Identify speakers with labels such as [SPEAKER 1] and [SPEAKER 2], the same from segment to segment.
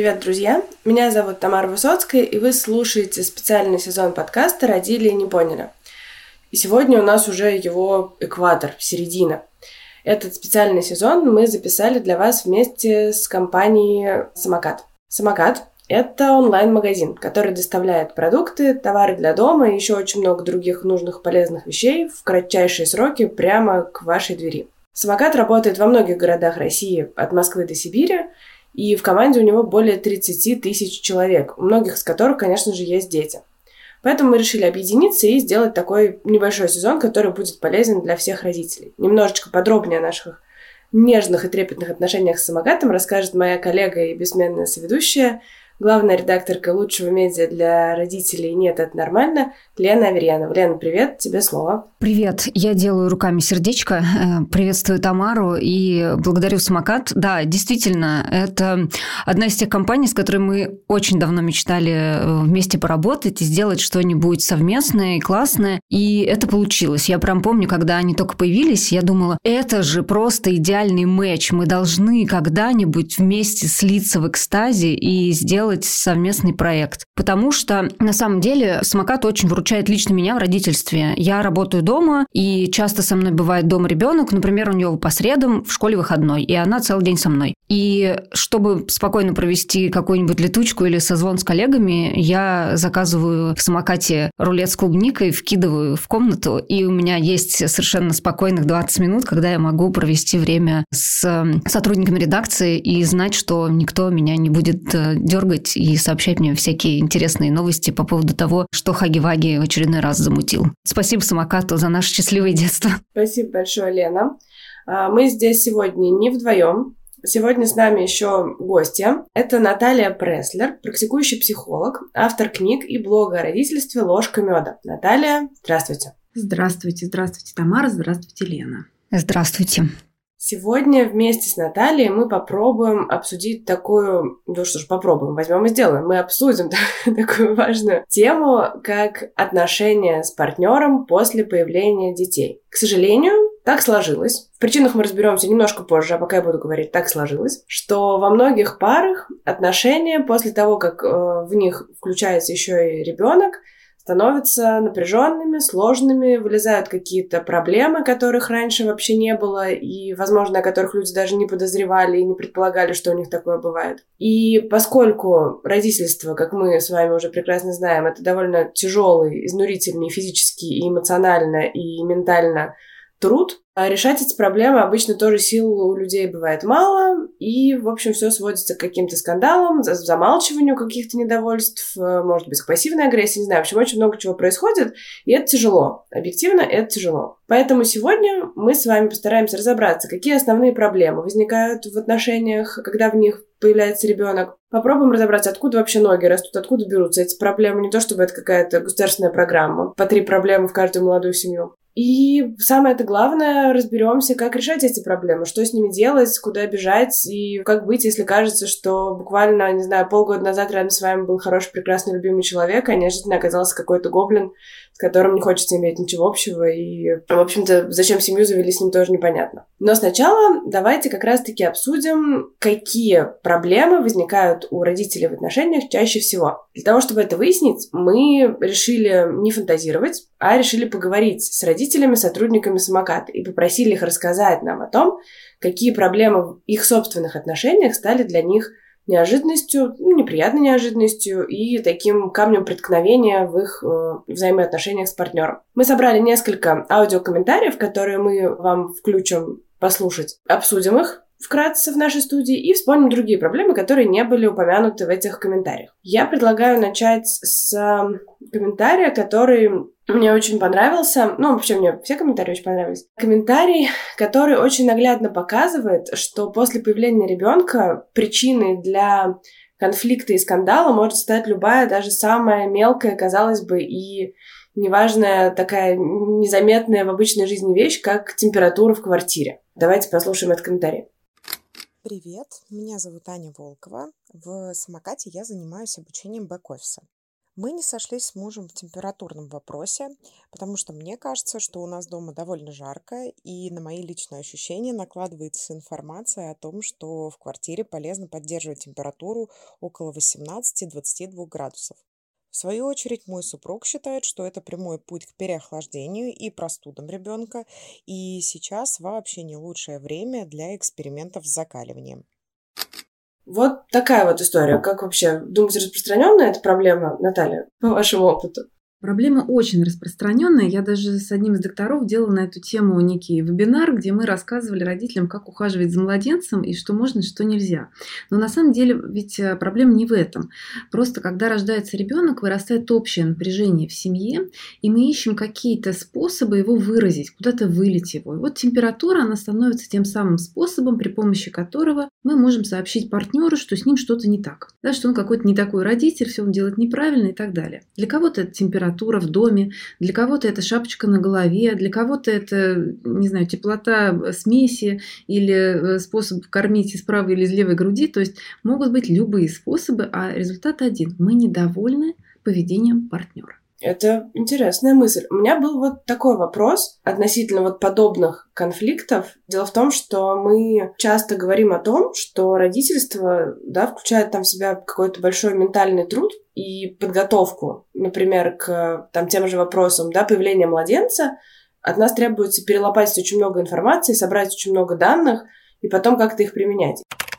[SPEAKER 1] Привет, друзья! Меня зовут Тамара Высоцкая, и вы слушаете специальный сезон подкаста «Родили и не поняли». И сегодня у нас уже его экватор, середина. Этот специальный сезон мы записали для вас вместе с компанией «Самокат». «Самокат» — это онлайн-магазин, который доставляет продукты, товары для дома и еще очень много других нужных полезных вещей в кратчайшие сроки прямо к вашей двери. «Самокат» работает во многих городах России, от Москвы до Сибири, и в команде у него более 30 тысяч человек, у многих из которых, конечно же, есть дети. Поэтому мы решили объединиться и сделать такой небольшой сезон, который будет полезен для всех родителей. Немножечко подробнее о наших нежных и трепетных отношениях с самокатом расскажет моя коллега и бессменная соведущая, главная редакторка лучшего медиа для родителей «Нет, это нормально» Лена Аверьянова. Лена, привет, тебе слово.
[SPEAKER 2] Привет, я делаю руками сердечко, приветствую Тамару и благодарю «Самокат». Да, действительно, это одна из тех компаний, с которой мы очень давно мечтали вместе поработать и сделать что-нибудь совместное и классное, и это получилось. Я прям помню, когда они только появились, я думала, это же просто идеальный матч, мы должны когда-нибудь вместе слиться в экстазе и сделать совместный проект. Потому что, на самом деле, «Самокат» очень выручает лично меня в родительстве. Я работаю дома, и часто со мной бывает дома ребенок, например, у него по средам в школе выходной, и она целый день со мной. И чтобы спокойно провести какую-нибудь летучку или созвон с коллегами, я заказываю в «Самокате» рулет с клубникой, вкидываю в комнату, и у меня есть совершенно спокойных 20 минут, когда я могу провести время с сотрудниками редакции и знать, что никто меня не будет дергать и сообщать мне всякие интересные новости по поводу того, что Хаги-Ваги в очередной раз замутил. Спасибо «Самокату» за наше счастливое детство.
[SPEAKER 1] Спасибо большое, Лена. Мы здесь сегодня не вдвоем. Сегодня с нами еще гостья. Это Наталья Преслер, практикующий психолог, автор книг и блога о родительстве «Ложка меда». Наталья, здравствуйте.
[SPEAKER 3] Здравствуйте, Тамара, здравствуйте, Лена.
[SPEAKER 2] Здравствуйте.
[SPEAKER 1] Сегодня вместе с Натальей мы попробуем обсудить такую... возьмем и сделаем. Мы обсудим такую важную тему, как отношения с партнером после появления детей. К сожалению, так сложилось. В причинах мы разберемся немножко позже, а пока я буду говорить, так сложилось, что во многих парах отношения после того, как в них включается еще и ребенок, становятся напряженными, сложными, вылезают какие-то проблемы, которых раньше вообще не было, и, возможно, о которых люди даже не подозревали и не предполагали, что у них такое бывает. И поскольку родительство, как мы с вами уже прекрасно знаем, это довольно тяжелый, изнурительный физически и эмоционально, и ментально труд, а решать эти проблемы обычно тоже сил у людей бывает мало, и, в общем, все сводится к каким-то скандалам, замалчиванию каких-то недовольств, может быть, к пассивной агрессии, не знаю, в общем, очень много чего происходит, и это тяжело. Объективно, это тяжело. Поэтому сегодня мы с вами постараемся разобраться, какие основные проблемы возникают в отношениях, когда в них появляется ребенок. Попробуем разобраться, откуда вообще ноги растут, откуда берутся эти проблемы. Не то, чтобы это какая-то государственная программа, по 3 проблемы в каждую молодую семью. И самое-то главное, разберемся, как решать эти проблемы, что с ними делать, куда бежать и как быть, если кажется, что буквально, не знаю, полгода назад рядом с вами был хороший, прекрасный, любимый человек, а неожиданно оказался какой-то гоблин, с которым не хочется иметь ничего общего, и, в общем-то, зачем семью завели, с ним тоже непонятно. Но сначала давайте как раз-таки обсудим, какие проблемы возникают у родителей в отношениях чаще всего. Для того, чтобы это выяснить, мы решили не фантазировать, а решили поговорить с родителями, сотрудниками «Самоката» и попросили их рассказать нам о том, какие проблемы в их собственных отношениях стали для них неожиданностью, неприятной неожиданностью и таким камнем преткновения в их взаимоотношениях с партнером. Мы собрали несколько аудиокомментариев, которые мы вам включим послушать. Обсудим их вкратце в нашей студии и вспомним другие проблемы, которые не были упомянуты в этих комментариях. Я предлагаю начать с комментария, который мне очень понравился. Вообще, мне все комментарии очень понравились. Комментарий, который очень наглядно показывает, что после появления ребенка причиной для конфликта и скандала может стать любая, даже самая мелкая, казалось бы, и неважная, такая незаметная в обычной жизни вещь, как температура в квартире. Давайте послушаем этот комментарий.
[SPEAKER 4] Привет, меня зовут Аня Волкова. В «Самокате» я занимаюсь обучением бэк-офиса. Мы не сошлись с мужем в температурном вопросе, потому что мне кажется, что у нас дома довольно жарко, и на мои личные ощущения накладывается информация о том, что в квартире полезно поддерживать температуру около 18-22 градусов. В свою очередь, мой супруг считает, что это прямой путь к переохлаждению и простудам ребенка, и сейчас вообще не лучшее время для экспериментов с закаливанием.
[SPEAKER 1] Вот такая вот история. Как вообще, думаете, распространенная эта проблема, Наталья, по вашему опыту?
[SPEAKER 3] Проблема очень распространенная. Я даже с одним из докторов делала на эту тему некий вебинар, где мы рассказывали родителям, как ухаживать за младенцем и что можно, и что нельзя. Но на самом деле ведь проблема не в этом. Просто когда рождается ребенок, вырастает общее напряжение в семье, и мы ищем какие-то способы его выразить, куда-то вылить его. И вот температура, она становится тем самым способом, при помощи которого мы можем сообщить партнеру, что с ним что-то не так. Да, что он какой-то не такой родитель, все он делает неправильно и так далее. Для кого-то это температура в доме, для кого-то это шапочка на голове, для кого-то это, не знаю, теплота смеси или способ кормить из правой или из левой груди. То есть могут быть любые способы, а результат один. Мы недовольны поведением партнера.
[SPEAKER 1] Это интересная мысль. У меня был вот такой вопрос относительно вот подобных конфликтов. Дело в том, что мы часто говорим о том, что родительство, да, включает там в себя какой-то большой ментальный труд и подготовку, например, к там, тем же вопросам, да, появления младенца. От нас требуется перелопатить очень много информации, собрать очень много данных и потом как-то их применять.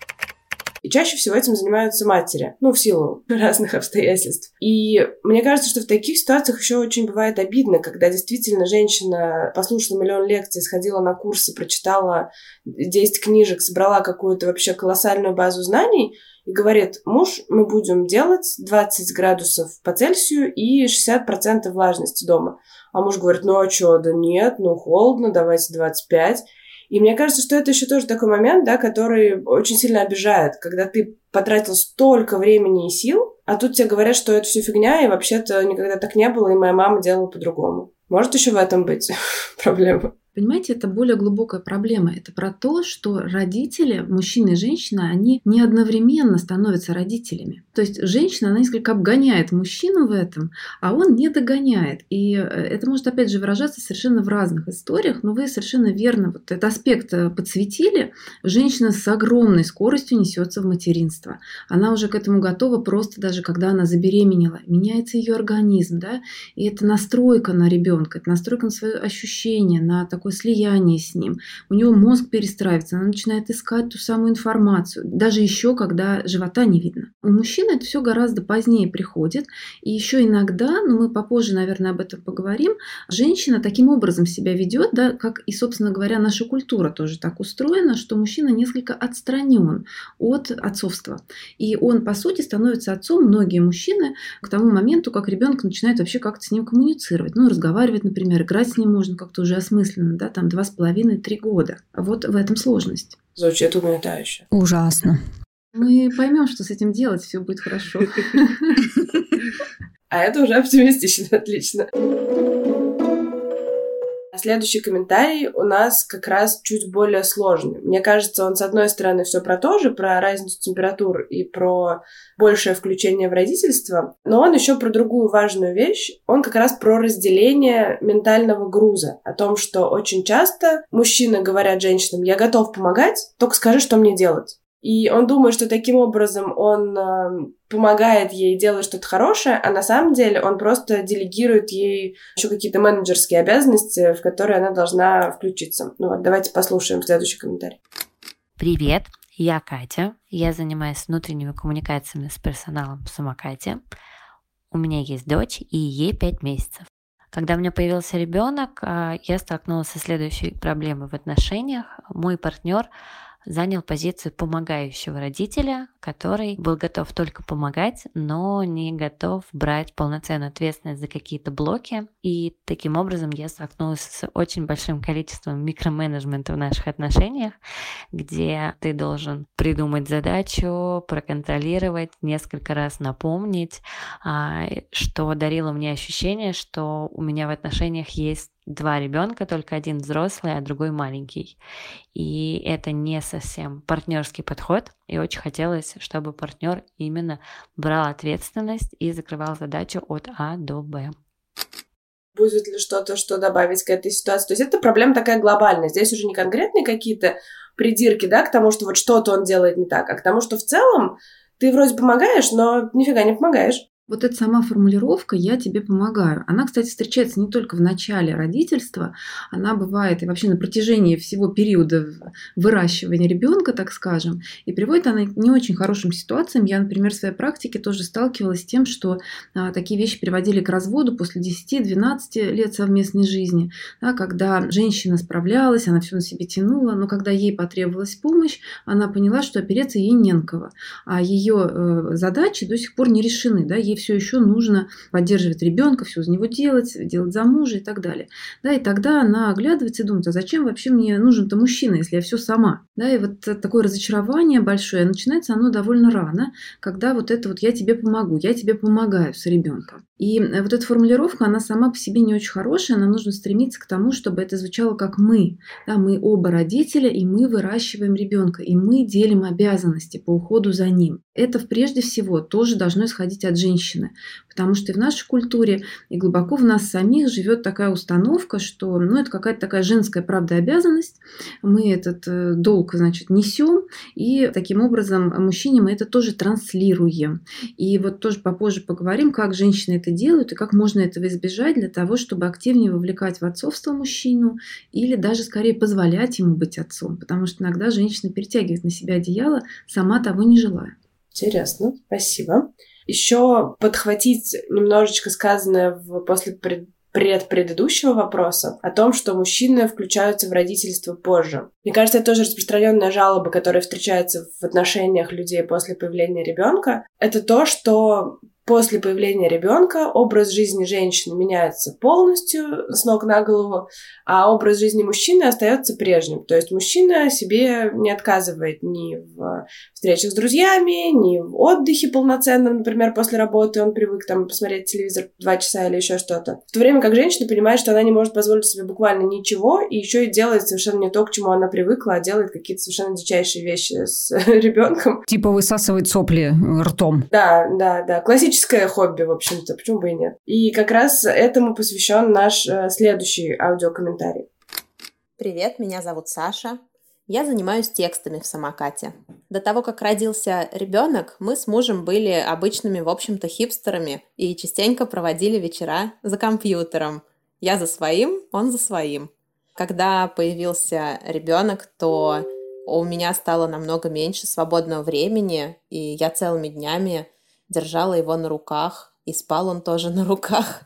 [SPEAKER 1] И чаще всего этим занимаются матери, в силу разных обстоятельств. И мне кажется, что в таких ситуациях еще очень бывает обидно, когда действительно женщина послушала миллион лекций, сходила на курсы, прочитала 10 книжек, собрала какую-то вообще колоссальную базу знаний и говорит: муж, мы будем делать 20 градусов по Цельсию и 60% влажности дома. А муж говорит: ну а что, да нет, холодно, давайте 25. И мне кажется, что это еще тоже такой момент, да, который очень сильно обижает, когда ты потратил столько времени и сил, а тут тебе говорят, что это все фигня, и вообще-то никогда так не было, и моя мама делала по-другому. Может еще в этом быть проблема?
[SPEAKER 3] Понимаете, это более глубокая проблема. Это про то, что родители, мужчина и женщина, они не одновременно становятся родителями. То есть женщина, она несколько обгоняет мужчину в этом, а он не догоняет. И это может, опять же, выражаться совершенно в разных историях, но вы совершенно верно вот этот аспект подсветили. Женщина с огромной скоростью несется в материнство. Она уже к этому готова просто даже когда она забеременела. Меняется ее организм, да, и это настройка на ребенка, это настройка на свои ощущения, на такое слияние с ним. У него мозг перестраивается, она начинает искать ту самую информацию, даже еще когда живота не видно. У мужчины это все гораздо позднее приходит, и еще иногда, но мы попозже, наверное, об этом поговорим, женщина таким образом себя ведет, да, как и, собственно говоря, наша культура тоже так устроена, что мужчина несколько отстранен от отцовства. И он, по сути, становится отцом, многие мужчины, к тому моменту, как ребенок начинает вообще как-то с ним коммуницировать. Разговаривать, например, играть с ним можно как-то уже осмысленно, да, там 2,5-3 года. Вот в этом сложность.
[SPEAKER 1] Звучит угнетающе.
[SPEAKER 2] Ужасно.
[SPEAKER 3] Мы поймем, что с этим делать, все будет хорошо.
[SPEAKER 1] А это уже оптимистично, отлично. Следующий комментарий у нас как раз чуть более сложный. Мне кажется, он, с одной стороны, все про то же, про разницу температур и про большее включение в родительство, но он еще про другую важную вещь. Он как раз про разделение ментального груза. О том, что очень часто мужчины говорят женщинам: я готов помогать, только скажи, что мне делать. И он думает, что таким образом он помогает ей делать что-то хорошее, а на самом деле он просто делегирует ей еще какие-то менеджерские обязанности, в которые она должна включиться. Давайте послушаем следующий комментарий.
[SPEAKER 5] Привет, я Катя. Я занимаюсь внутренними коммуникациями с персоналом в самокате. У меня есть дочь, и ей 5 месяцев. Когда у меня появился ребенок, я столкнулась со следующей проблемой в отношениях. Мой партнер занял позицию помогающего родителя, который был готов только помогать, но не готов брать полноценную ответственность за какие-то блоки. И таким образом я столкнулась с очень большим количеством микроменеджмента в наших отношениях, где ты должен придумать задачу, проконтролировать, несколько раз напомнить, что дарило мне ощущение, что у меня в отношениях есть 2 ребенка, только один взрослый, а другой маленький. И это не совсем партнерский подход. И очень хотелось, чтобы партнер именно брал ответственность и закрывал задачу от А до Б.
[SPEAKER 1] Будет ли что-то, что добавить к этой ситуации? То есть это проблема такая глобальная. Здесь уже не конкретные какие-то придирки, да, к тому, что вот что-то он делает не так, а к тому, что в целом ты вроде помогаешь, но нифига не помогаешь.
[SPEAKER 3] Вот эта сама формулировка «я тебе помогаю», она, кстати, встречается не только в начале родительства, она бывает и вообще на протяжении всего периода выращивания ребенка, так скажем, и приводит она к не очень хорошим ситуациям. Я, например, в своей практике тоже сталкивалась с тем, что такие вещи приводили к разводу после 10-12 лет совместной жизни, да, когда женщина справлялась, она все на себе тянула, но когда ей потребовалась помощь, она поняла, что опереться ей не на кого, а ее задачи до сих пор не решены, да, ей все еще нужно поддерживать ребенка, все за него делать за мужа и так далее. Да, и тогда она оглядывается и думает, а зачем вообще мне нужен-то мужчина, если я все сама? Да, и вот такое разочарование большое, начинается оно довольно рано, когда вот это вот «я тебе помогу», «я тебе помогаю» с ребенком. И вот эта формулировка, она сама по себе не очень хорошая, нам нужно стремиться к тому, чтобы это звучало как «мы». Да, мы оба родители, и мы выращиваем ребенка, и мы делим обязанности по уходу за ним. Это прежде всего тоже должно исходить от женщины, потому что и в нашей культуре, и глубоко в нас самих живет такая установка, что это какая-то такая женская правда и обязанность, мы этот долг, значит, несем, и таким образом мужчине мы это тоже транслируем. И вот тоже попозже поговорим, как женщины это делают, и как можно этого избежать для того, чтобы активнее вовлекать в отцовство мужчину, или даже скорее позволять ему быть отцом, потому что иногда женщина перетягивает на себя одеяло, сама того не желая.
[SPEAKER 1] Интересно, спасибо. Еще подхватить немножечко сказанное после предыдущего вопроса о том, что мужчины включаются в родительство позже. Мне кажется, это тоже распространенная жалоба, которая встречается в отношениях людей после появления ребенка. Это то, что после появления ребенка образ жизни женщины меняется полностью с ног на голову, а образ жизни мужчины остается прежним. То есть мужчина себе не отказывает ни в встречах с друзьями, ни в отдыхе полноценном, например, после работы он привык там посмотреть телевизор 2 часа или еще что-то. В то время как женщина понимает, что она не может позволить себе буквально ничего, и еще и делает совершенно не то, к чему она привыкла, а делает какие-то совершенно дичайшие вещи с ребенком.
[SPEAKER 2] Типа высасывает сопли ртом.
[SPEAKER 1] Да. Классическое хобби, в общем-то, почему бы и нет. И как раз этому посвящен наш следующий аудиокомментарий.
[SPEAKER 6] Привет, меня зовут Саша. Я занимаюсь текстами в самокате. До того, как родился ребенок, мы с мужем были обычными, в общем-то, хипстерами и частенько проводили вечера за компьютером. Я за своим, он за своим. Когда появился ребенок, то у меня стало намного меньше свободного времени, и я целыми днями держала его на руках, и спал он тоже на руках.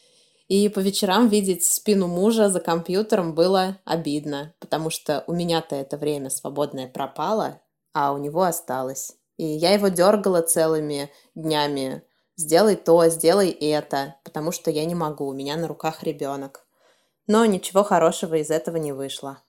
[SPEAKER 6] И по вечерам видеть спину мужа за компьютером было обидно, потому что у меня-то это время свободное пропало, а у него осталось. И я его дергала целыми днями. Сделай то, сделай это, потому что я не могу, у меня на руках ребенок. Но ничего хорошего из этого не вышло.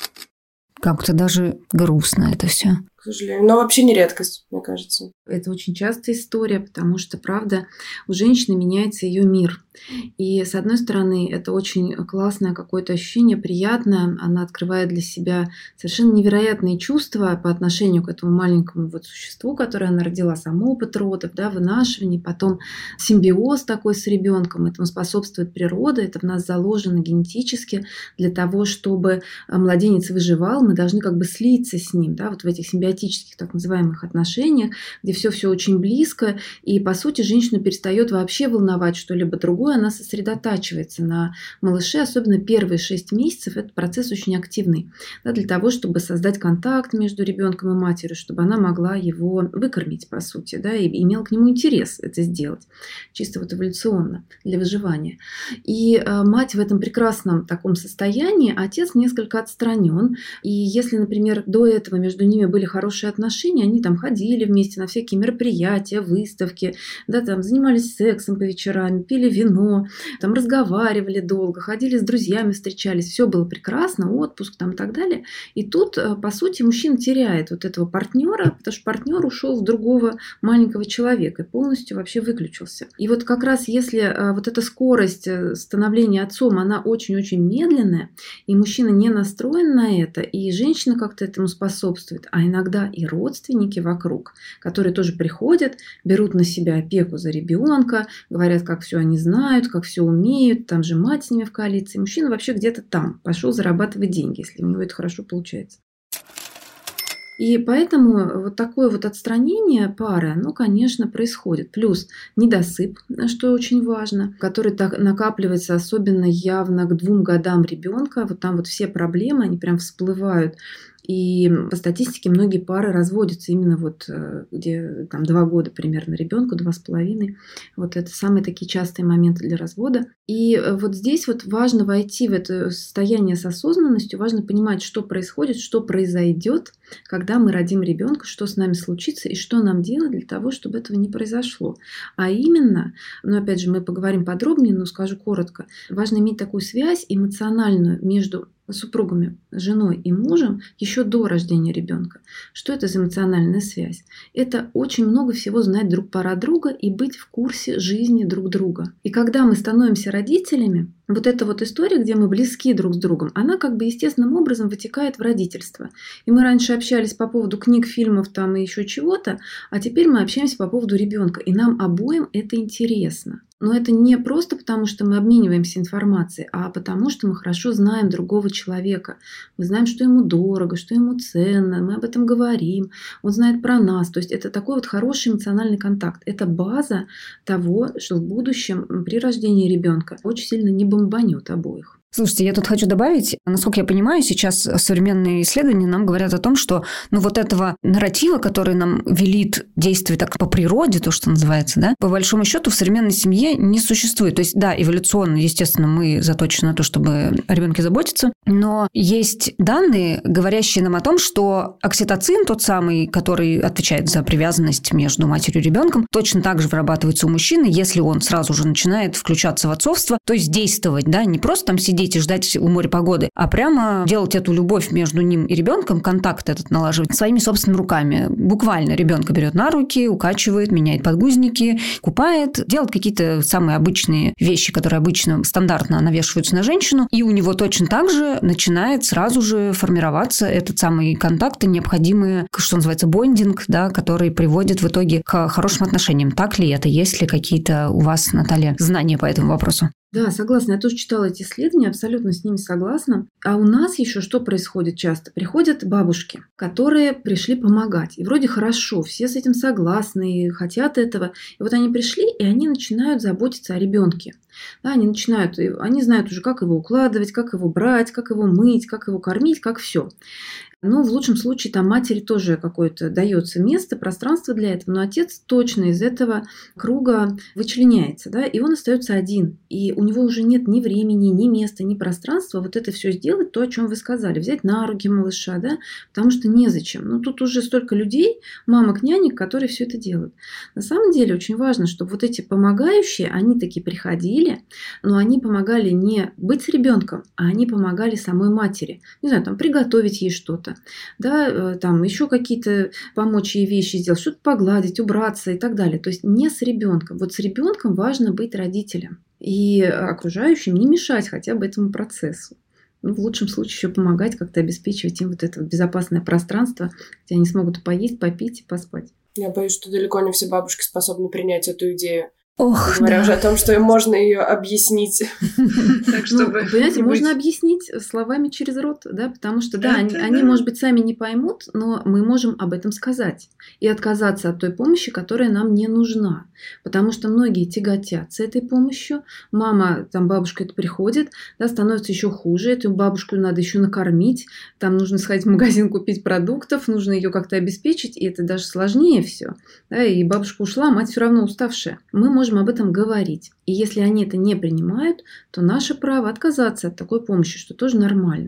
[SPEAKER 2] Как-то даже грустно это все.
[SPEAKER 1] К сожалению. Но вообще не редкость, мне кажется.
[SPEAKER 3] Это очень частая история, потому что, правда, у женщины меняется ее мир. И, с одной стороны, это очень классное какое-то ощущение, приятное. Она открывает для себя совершенно невероятные чувства по отношению к этому маленькому вот существу, которое она родила, сам опыт родов, да, вынашивание, потом симбиоз такой с ребенком. Этому способствует природа, это в нас заложено генетически. Для того, чтобы младенец выживал, мы должны как бы слиться с ним, да, вот в этих симбиотических так называемых отношениях, где все очень близко, и, по сути, женщину перестает вообще волновать что-либо другое, она сосредотачивается на малыше, особенно первые 6 месяцев, этот процесс очень активный, да, для того, чтобы создать контакт между ребенком и матерью, чтобы она могла его выкормить, по сути, да, и имела к нему интерес это сделать, чисто вот эволюционно, для выживания. И мать в этом прекрасном таком состоянии, отец несколько отстранен, и если, например, до этого между ними были хорошие хорошие отношения, они там ходили вместе на всякие мероприятия, выставки, да, там занимались сексом по вечерам, пили вино, там разговаривали долго, ходили с друзьями, встречались, все было прекрасно, отпуск там и так далее. И тут, по сути, мужчина теряет вот этого партнера, потому что партнер ушел в другого маленького человека и полностью вообще выключился. И вот как раз если вот эта скорость становления отцом, она очень-очень медленная, и мужчина не настроен на это, и женщина как-то этому способствует, а иногда и родственники вокруг, которые тоже приходят, берут на себя опеку за ребенка, говорят, как все они знают, как все умеют, там же мать с ними в коалиции. Мужчина вообще где-то там, пошел зарабатывать деньги, если у него это хорошо получается. И поэтому вот такое вот отстранение пары, оно, конечно, происходит. Плюс недосып, что очень важно, который так накапливается особенно явно к 2 годам ребенка. Вот там вот все проблемы, они прям всплывают. И по статистике многие пары разводятся именно вот где там 2 года примерно ребенку, 2,5. Вот это самые такие частые моменты для развода. И вот здесь вот важно войти в это состояние с осознанностью, важно понимать, что происходит, что произойдет, когда мы родим ребенка, что с нами случится и что нам делать для того, чтобы этого не произошло. А именно, ну опять же, мы поговорим подробнее, но скажу коротко, важно иметь такую связь эмоциональную между супругами, женой и мужем еще до рождения ребенка. Что это за эмоциональная связь? Это очень много всего знать друг про друга и быть в курсе жизни друг друга. И когда мы становимся родителями, вот эта вот история, где мы близки друг с другом, она как бы естественным образом вытекает в родительство. И мы раньше общались по поводу книг, фильмов там и еще чего-то, а теперь мы общаемся по поводу ребенка. И нам обоим это интересно. Но это не просто потому, что мы обмениваемся информацией, а потому, что мы хорошо знаем другого человека. Мы знаем, что ему дорого, что ему ценно, мы об этом говорим, он знает про нас. То есть это такой вот хороший эмоциональный контакт. Это база того, что в будущем при рождении ребенка очень сильно не бомбанет обоих.
[SPEAKER 2] Слушайте, я тут хочу добавить, насколько я понимаю, сейчас современные исследования нам говорят о том, что вот этого нарратива, который нам велит действовать так по природе, то, что называется, да, по большому счету в современной семье не существует. То есть, да, эволюционно, естественно, мы заточены на то, чтобы о ребенке заботиться, но есть данные, говорящие нам о том, что окситоцин, тот самый, который отвечает за привязанность между матерью и ребенком, точно так же вырабатывается у мужчины, если он сразу же начинает включаться в отцовство, то есть действовать, да, не просто там сидеть и ждать у моря погоды, а прямо делать эту любовь между ним и ребенком, контакт этот налаживать своими собственными руками. Буквально ребенка берет на руки, укачивает, меняет подгузники, купает, делает какие-то самые обычные вещи, которые обычно стандартно навешиваются на женщину, и у него точно так же начинает сразу же формироваться этот самый контакт и необходимый, что называется, бондинг, да, который приводит в итоге к хорошим отношениям. Так ли это? Есть ли какие-то у вас, Наталья, знания по этому вопросу?
[SPEAKER 3] Да, согласна. Я тоже читала эти исследования, абсолютно с ними согласна. А у нас еще что происходит часто? Приходят бабушки, которые пришли помогать. И вроде хорошо, все с этим согласны и хотят этого. И вот они пришли, и они начинают заботиться о ребенке. Да, они знают уже, как его укладывать, как его брать, как его мыть, как его кормить, как все. Ну, в лучшем случае там матери тоже какое-то дается место, пространство для этого, но отец точно из этого круга вычленяется, да, и он остается один. И у него уже нет ни времени, ни места, ни пространства вот это все сделать, то, о чем вы сказали, взять на руки малыша, да, потому что незачем. Ну, тут уже столько людей, мамок, нянек, которые все это делают. На самом деле очень важно, чтобы вот эти помогающие, они таки приходили, но они помогали не быть с ребенком, а они помогали самой матери. Не знаю, там приготовить ей что-то, да, там еще какие-то помочь ей вещи сделать, что-то погладить, убраться и так далее. То есть не с ребенком. Вот с ребенком важно быть родителем и окружающим не мешать хотя бы этому процессу. Ну, в лучшем случае еще помогать как-то обеспечивать им вот это безопасное пространство, где они смогут поесть, попить и поспать.
[SPEAKER 1] Я боюсь, что далеко не все бабушки способны принять эту идею.
[SPEAKER 2] Ох,
[SPEAKER 1] говоря
[SPEAKER 2] да.
[SPEAKER 1] уже о том, что им можно ее объяснить. Так, чтобы...
[SPEAKER 3] Понимаете, можно объяснить словами через рот, да, потому что, да, они, может быть, сами не поймут, но мы можем об этом сказать и отказаться от той помощи, которая нам не нужна. Потому что многие тяготятся этой помощью. Мама, там, бабушка это приходит, да, становится еще хуже. Эту бабушку надо еще накормить, там нужно сходить в магазин, купить продуктов, нужно ее как-то обеспечить, и это даже сложнее все. Да, и бабушка ушла, мать все равно уставшая. Мы можем об этом говорить. И если они это не принимают, то наше право отказаться от такой помощи, что тоже нормально.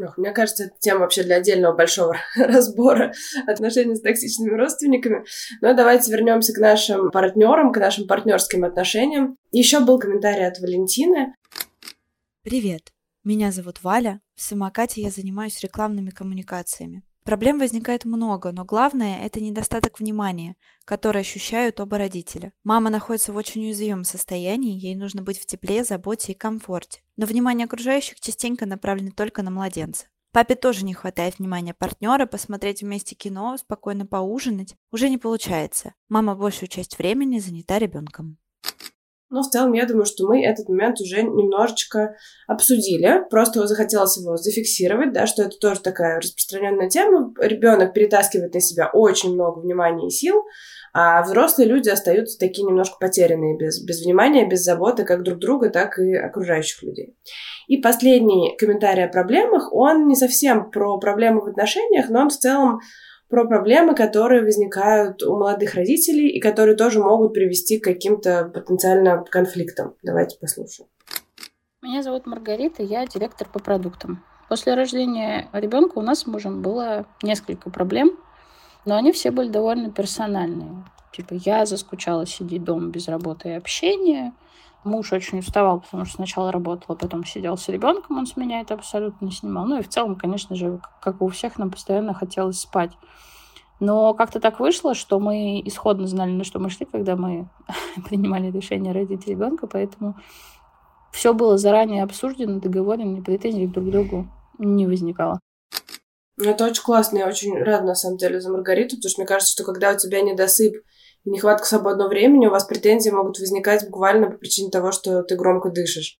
[SPEAKER 1] Мне кажется, это тема вообще для отдельного большого разбора отношений с токсичными родственниками. Но давайте вернемся к нашим партнерам, к нашим партнерским отношениям. Еще был комментарий от Валентины.
[SPEAKER 7] Привет, меня зовут Валя. В самокате я занимаюсь рекламными коммуникациями. Проблем возникает много, но главное – это недостаток внимания, который ощущают оба родителя. Мама находится в очень уязвимом состоянии, ей нужно быть в тепле, заботе и комфорте. Но внимание окружающих частенько направлено только на младенца. Папе тоже не хватает внимания партнера, посмотреть вместе кино, спокойно поужинать уже не получается. Мама большую часть времени занята ребенком.
[SPEAKER 1] Но в целом, я думаю, что мы этот момент уже немножечко обсудили. Просто захотелось его зафиксировать, да, что это тоже такая распространенная тема. Ребенок перетаскивает на себя очень много внимания и сил, а взрослые люди остаются такие немножко потерянные, без внимания, без заботы как друг друга, так и окружающих людей. И последний комментарий о проблемах, он не совсем про проблемы в отношениях, но он в целом про проблемы, которые возникают у молодых родителей и которые тоже могут привести к каким-то потенциально конфликтам. Давайте послушаем.
[SPEAKER 8] Меня зовут Маргарита, я директор по продуктам. После рождения ребенка у нас с мужем было несколько проблем, но они все были довольно персональные. Типа я заскучала сидеть дома без работы и общения. Муж очень уставал, потому что сначала работал, а потом сидел с ребенком, он с меня это абсолютно не снимал. Ну и в целом, конечно же, как и у всех, нам постоянно хотелось спать. Но как-то так вышло, что мы исходно знали, на что мы шли, когда мы принимали решение родить ребенка, поэтому все было заранее обсуждено, договорено, и претензий друг к другу не возникало.
[SPEAKER 1] Это очень классно, я очень рада, на самом деле, за Маргариту, потому что мне кажется, что когда у тебя недосып и нехватка свободного времени, у вас претензии могут возникать буквально по причине того, что ты громко дышишь.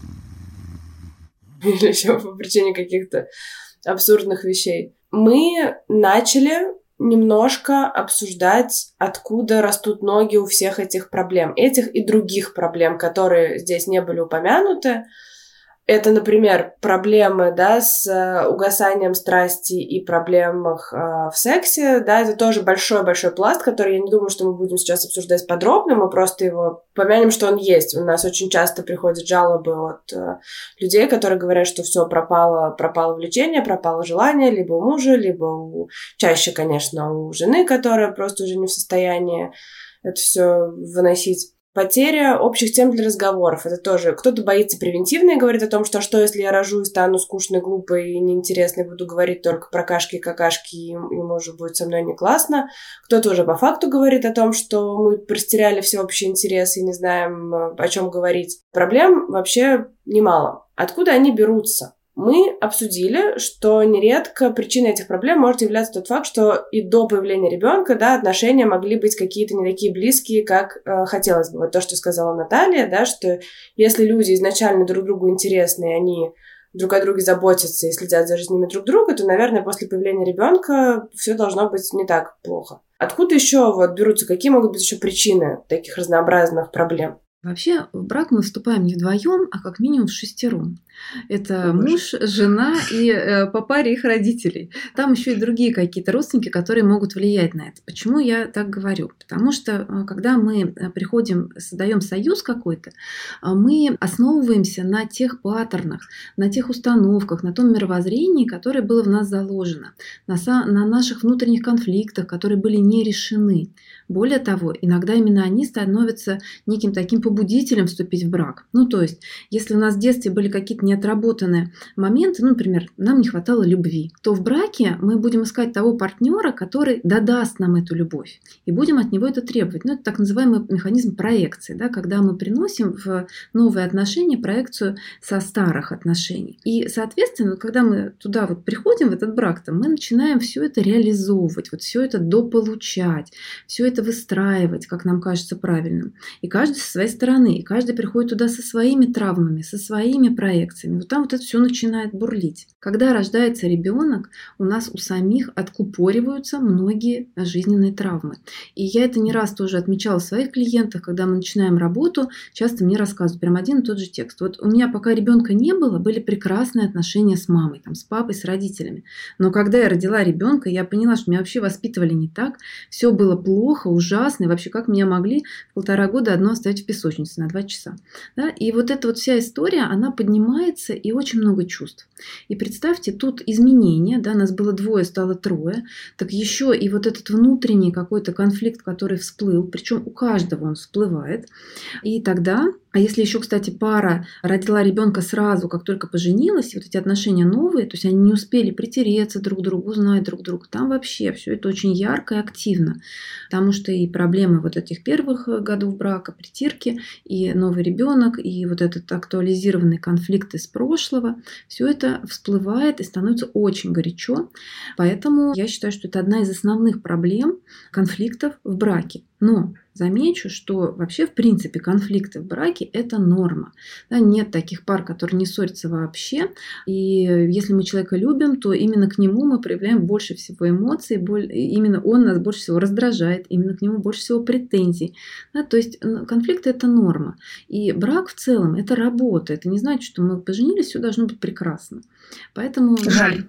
[SPEAKER 1] Или еще по причине каких-то абсурдных вещей. Мы начали немножко обсуждать, откуда растут ноги у всех этих проблем. Этих и других проблем, которые здесь не были упомянуты. Это, например, проблемы, да, с угасанием страсти и проблемах в сексе, да, это тоже большой-большой пласт, который я не думаю, что мы будем сейчас обсуждать подробно, мы просто его помянем, что он есть. У нас очень часто приходят жалобы от людей, которые говорят, что все пропало влечение, пропало желание, либо у мужа, либо чаще, конечно, у жены, которая просто уже не в состоянии это все выносить. Потеря общих тем для разговоров. Это тоже кто-то боится превентивно и говорит о том, что если я рожу и стану скучной, глупой и неинтересной, буду говорить только про кашки и какашки, и ему уже будет со мной не классно. Кто-то уже по факту говорит о том, что мы растеряли всеобщий интерес и не знаем, о чем говорить. Проблем вообще немало. Откуда они берутся? Мы обсудили, что нередко причиной этих проблем может являться тот факт, что и до появления ребенка, да, отношения могли быть какие-то не такие близкие, как хотелось бы. Вот то, что сказала Наталья, да, что если люди изначально друг другу интересны, и они друг о друге заботятся и следят за жизнями друг друга, то, наверное, после появления ребенка все должно быть не так плохо. Откуда еще берутся, какие могут быть еще причины таких разнообразных проблем?
[SPEAKER 3] Вообще в брак мы вступаем не вдвоем, а как минимум в шестером. Это муж, жена и по паре их родителей. Там еще и другие какие-то родственники, которые могут влиять на это. Почему я так говорю? Потому что когда мы приходим, создаем союз какой-то, мы основываемся на тех паттернах, на тех установках, на том мировоззрении, которое было в нас заложено, на наших внутренних конфликтах, которые были не решены. Более того, иногда именно они становятся неким таким побудителем вступить в брак. Ну, то есть, если у нас в детстве были какие-то неотработанные моменты, ну, например, нам не хватало любви, то в браке мы будем искать того партнера, который додаст нам эту любовь, и будем от него это требовать. Ну, это так называемый механизм проекции, да, когда мы приносим в новые отношения проекцию со старых отношений. И, соответственно, когда мы туда приходим, в этот брак, мы начинаем все это реализовывать, все это дополучать, все это выстраивать, как нам кажется правильным. И каждый со своей стороны, и каждый приходит туда со своими травмами, со своими проекциями. Там это все начинает бурлить. Когда рождается ребенок, у нас у самих откупориваются многие жизненные травмы. И я это не раз тоже отмечала в своих клиентах, когда мы начинаем работу, часто мне рассказывают прям один и тот же текст. У меня пока ребенка не было, были прекрасные отношения с мамой, с папой, с родителями. Но когда я родила ребенка, я поняла, что меня вообще воспитывали не так, все было плохо, ужасно, и вообще как меня могли в 1,5 года одну оставить в песочнице на 2 часа. Да? И эта вся история, она поднимает меняется и очень много чувств. И представьте, тут изменения, да, нас было 2, стало 3, так еще и вот этот внутренний какой-то конфликт, который всплыл, причем у каждого он всплывает. И тогда, а если еще, кстати, пара родила ребенка сразу, как только поженилась, и вот эти отношения новые, то есть они не успели притереться друг к другу, узнать друг друга, там вообще все это очень ярко и активно, потому что и проблемы вот этих первых годов брака, притирки, и новый ребенок, и вот этот актуализированный конфликт из прошлого, все это всплывает и становится очень горячо. Поэтому я считаю, что это одна из основных проблем конфликтов в браке. Но замечу, что вообще, в принципе, конфликты в браке – это норма. Да, нет таких пар, которые не ссорятся вообще. И если мы человека любим, то именно к нему мы проявляем больше всего эмоций, именно он нас больше всего раздражает, именно к нему больше всего претензий. Да, то есть конфликты – это норма. И брак в целом – это работа. Это не значит, что мы поженились, все должно быть прекрасно. Поэтому
[SPEAKER 2] жаль.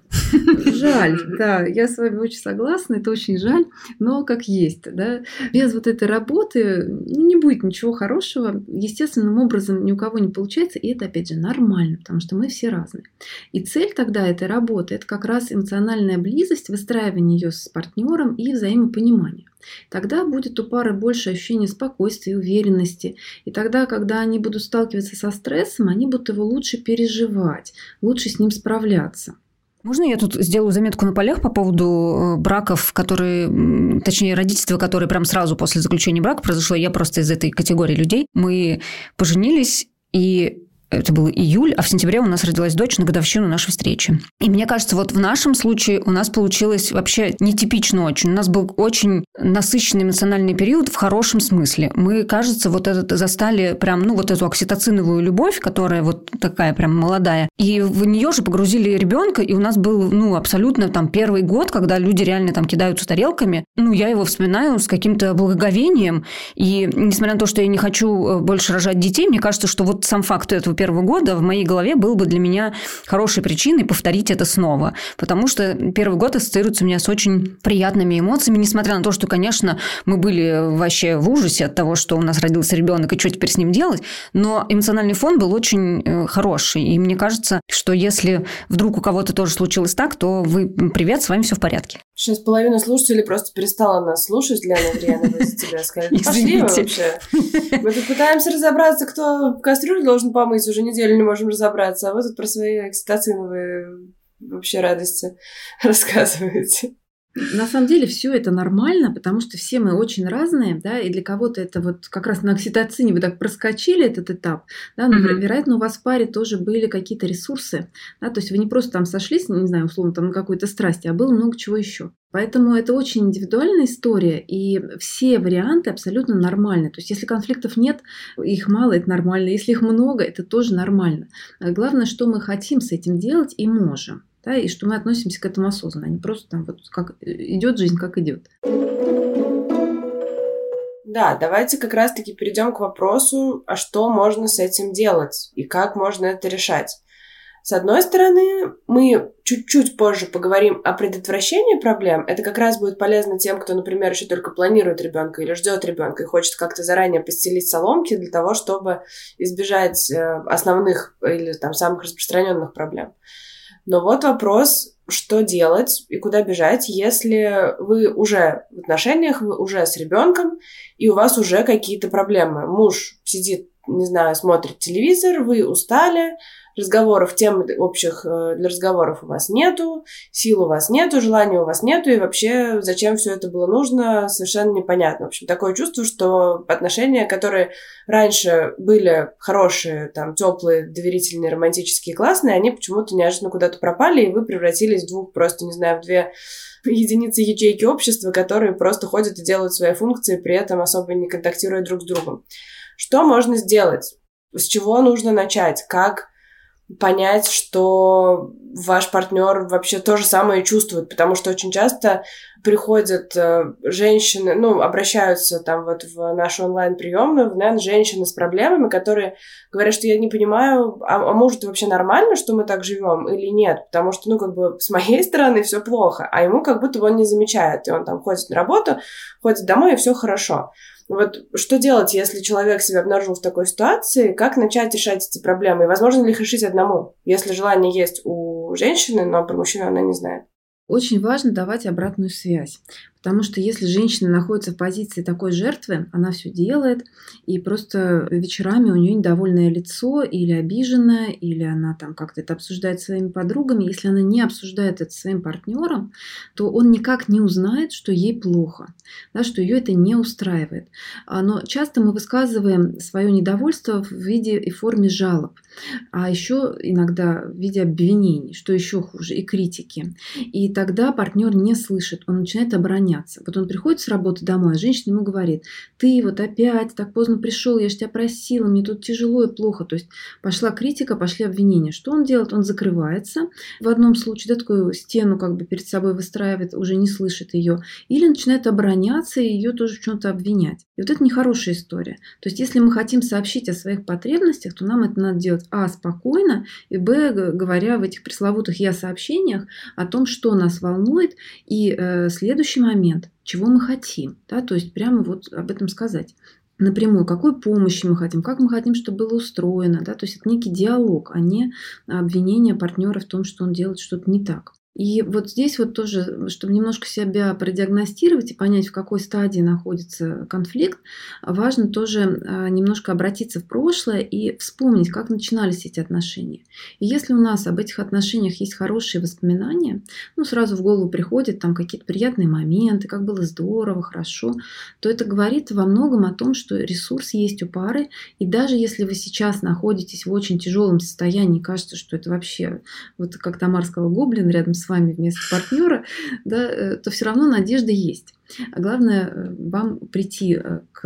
[SPEAKER 3] Жаль, да, я с вами очень согласна, это очень жаль, но как есть, да. Без вот этой работы не будет ничего хорошего, естественным образом ни у кого не получается, и это, опять же, нормально, потому что мы все разные. И цель тогда этой работы – это как раз эмоциональная близость, выстраивание ее с партнером и взаимопонимание. Тогда будет у пары больше ощущения спокойствия и уверенности. И тогда, когда они будут сталкиваться со стрессом, они будут его лучше переживать, лучше с ним справляться.
[SPEAKER 2] Можно я тут сделаю заметку на полях по поводу браков, которые, точнее, родительства, которые прям сразу после заключения брака произошло? Я просто из этой категории людей. Мы поженились, и это был июль, а в сентябре у нас родилась дочь на годовщину нашей встречи. И мне кажется, вот в нашем случае у нас получилось вообще нетипично очень. У нас был очень насыщенный эмоциональный период в хорошем смысле. Мы, кажется, вот это застали прям, вот эту окситоциновую любовь, которая вот такая прям молодая. И в нее же погрузили ребенка, и у нас был, абсолютно там первый год, когда люди реально там кидаются тарелками. Я его вспоминаю с каким-то благоговением. И несмотря на то, что я не хочу больше рожать детей, мне кажется, что вот сам факт этого первого года в моей голове был бы для меня хорошей причиной повторить это снова. Потому что первый год ассоциируется у меня с очень приятными эмоциями, несмотря на то, что, конечно, мы были вообще в ужасе от того, что у нас родился ребенок и что теперь с ним делать, но эмоциональный фон был очень хороший. И мне кажется, что если вдруг у кого-то тоже случилось так, то вы привет, с вами все в порядке.
[SPEAKER 1] Сейчас половина слушателей просто перестала нас слушать, Лена Андреевна, из тебя сказали. Пошли вы вообще. Мы тут пытаемся разобраться, кто кастрюлю должен помыть, уже неделю не можем разобраться, а вы тут про свои окситоциновые вообще радости рассказываете.
[SPEAKER 3] На самом деле все это нормально, потому что все мы очень разные, да, и для кого-то это вот как раз на окситоцине вы так проскочили этот этап, да, но, вероятно, у вас в паре тоже были какие-то ресурсы, да, то есть вы не просто там сошлись, не знаю, условно, там на какой-то страсти, а было много чего еще. Поэтому это очень индивидуальная история, и все варианты абсолютно нормальны. То есть если конфликтов нет, их мало, это нормально, если их много, это тоже нормально. Главное, что мы хотим с этим делать и можем. Да, и что мы относимся к этому осознанно, а не просто там вот как идет жизнь, как идет.
[SPEAKER 1] Да, давайте как раз-таки перейдем к вопросу, а что можно с этим делать и как можно это решать. С одной стороны, мы чуть-чуть позже поговорим о предотвращении проблем. Это как раз будет полезно тем, кто, например, еще только планирует ребенка или ждет ребенка и хочет как-то заранее постелить соломки для того, чтобы избежать основных или там самых распространенных проблем. Но вот вопрос, что делать и куда бежать, если вы уже в отношениях, вы уже с ребенком, и у вас уже какие-то проблемы. Муж сидит, не знаю, смотрит телевизор, вы устали, тем общих для разговоров у вас нету, сил у вас нету, желания у вас нету, и вообще зачем все это было нужно, совершенно непонятно. В общем, такое чувство, что отношения, которые раньше были хорошие, там, теплые, доверительные, романтические, классные, они почему-то неожиданно куда-то пропали, и вы превратились в две единицы ячейки общества, которые просто ходят и делают свои функции, при этом особо не контактируя друг с другом. Что можно сделать? С чего нужно начать? Как понять, что ваш партнер вообще то же самое чувствует, потому что очень часто приходят женщины, обращаются там вот в нашу онлайн-приемную, наверное, женщины с проблемами, которые говорят, что я не понимаю, а может вообще нормально, что мы так живем или нет, потому что, с моей стороны все плохо, а ему как будто бы он не замечает, и он там ходит на работу, ходит домой, и все хорошо. Вот что делать, если человек себя обнаружил в такой ситуации? Как начать решать эти проблемы? И возможно ли их решить одному, если желание есть у женщины, но про мужчину она не знает?
[SPEAKER 3] Очень важно давать обратную связь, потому что если женщина находится в позиции такой жертвы, она все делает, и просто вечерами у нее недовольное лицо или обиженное, или она там как-то это обсуждает со своими подругами. Если она не обсуждает это со своим партнером, то он никак не узнает, что ей плохо, да, что ее это не устраивает. Но часто мы высказываем свое недовольство в виде и форме жалоб, а еще иногда в виде обвинений, что еще хуже, и критики. И тогда партнер не слышит, он начинает обороняться. Вот он приходит с работы домой, а женщина ему говорит: ты вот опять так поздно пришел, я же тебя просила, мне тут тяжело и плохо. То есть пошла критика, пошли обвинения. Что он делает? Он закрывается в одном случае, да, такую стену как бы перед собой выстраивает, уже не слышит ее, или начинает обороняться и ее тоже в чем-то обвинять. И вот это нехорошая история. То есть если мы хотим сообщить о своих потребностях, то нам это надо делать спокойно, и говоря в этих пресловутых я-сообщениях о том, что нас волнует, и следующий момент, чего мы хотим, да, то есть прямо вот об этом сказать напрямую, какой помощи мы хотим, как мы хотим, чтобы было устроено, да, то есть это некий диалог, а не обвинение партнера в том, что он делает что-то не так. И вот здесь вот тоже, чтобы немножко себя продиагностировать и понять, в какой стадии находится конфликт, важно тоже немножко обратиться в прошлое и вспомнить, как начинались эти отношения. И если у нас об этих отношениях есть хорошие воспоминания, сразу в голову приходят там какие-то приятные моменты, как было здорово, хорошо, то это говорит во многом о том, что ресурс есть у пары, и даже если вы сейчас находитесь в очень тяжелом состоянии, кажется, что это вообще, вот как Тамара сказала, гоблин рядом с вами вместо партнера, да, то все равно надежда есть. А главное вам прийти